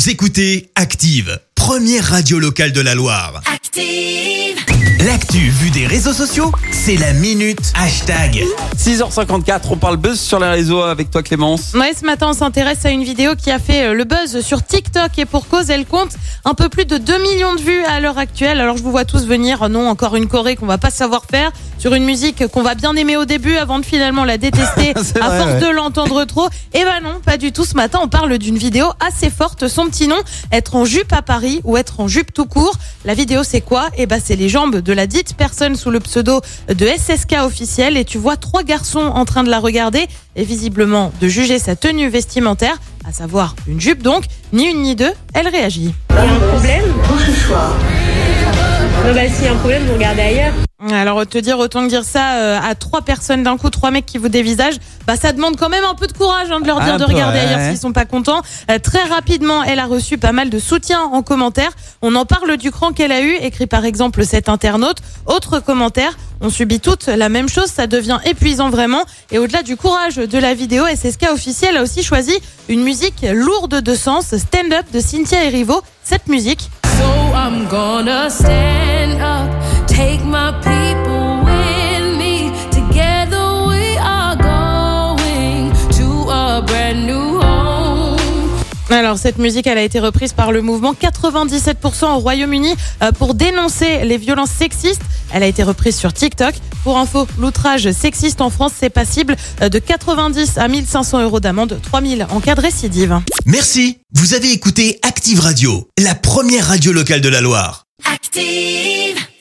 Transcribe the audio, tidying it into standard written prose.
Vous écoutez Active, première radio locale de la Loire. Active. L'actu vue des réseaux sociaux, c'est la minute hashtag. 6h54, on parle buzz sur les réseaux avec toi Clémence. Ouais, ce matin, on s'intéresse à une vidéo qui a fait le buzz sur TikTok et pour cause, elle compte un peu plus de 2 millions de vues à l'heure actuelle. Alors, je vous vois tous venir, non, encore une choré qu'on va pas savoir faire sur une musique qu'on va bien aimer au début avant de finalement la détester à force de l'entendre trop. Eh ben non, pas du tout. Ce matin, on parle d'une vidéo assez forte. Son petit nom, être en jupe à Paris ou être en jupe tout court. La vidéo, c'est quoi? Eh ben, c'est les jambes de la dite personne sous le pseudo de SSK officiel et tu vois 3 garçons en train de la regarder et visiblement de juger sa tenue vestimentaire, à savoir une jupe donc, ni une ni deux, elle réagit. Il y a un problème pour ce soir. Non, bah, s'il y a un problème, vous regardez ailleurs. Alors autant que dire ça à 3 personnes d'un coup, 3 mecs qui vous dévisagent, bah ça demande quand même un peu de courage de leur dire de regarder ailleurs s'ils sont pas contents. Très rapidement, elle a reçu pas mal de soutien en commentaire. On en parle du cran qu'elle a eu, écrit par exemple cet internaute. Autre commentaire, on subit toutes la même chose, ça devient épuisant vraiment. Et au-delà du courage de la vidéo, SSK officiel a aussi choisi une musique lourde de sens, Stand Up de Cynthia Erivo. Cette musique. So I'm gonna stand up, take my people with me. Together we are going to a brand new home. Alors cette musique, elle a été reprise par le mouvement 97% au Royaume-Uni pour dénoncer les violences sexistes. Elle a été reprise sur TikTok. Pour info, l'outrage sexiste en France, c'est passible de 90 à 1500 euros d'amende, 3000 en cas de récidive. Merci. Vous avez écouté Active Radio, la première radio locale de la Loire. Active.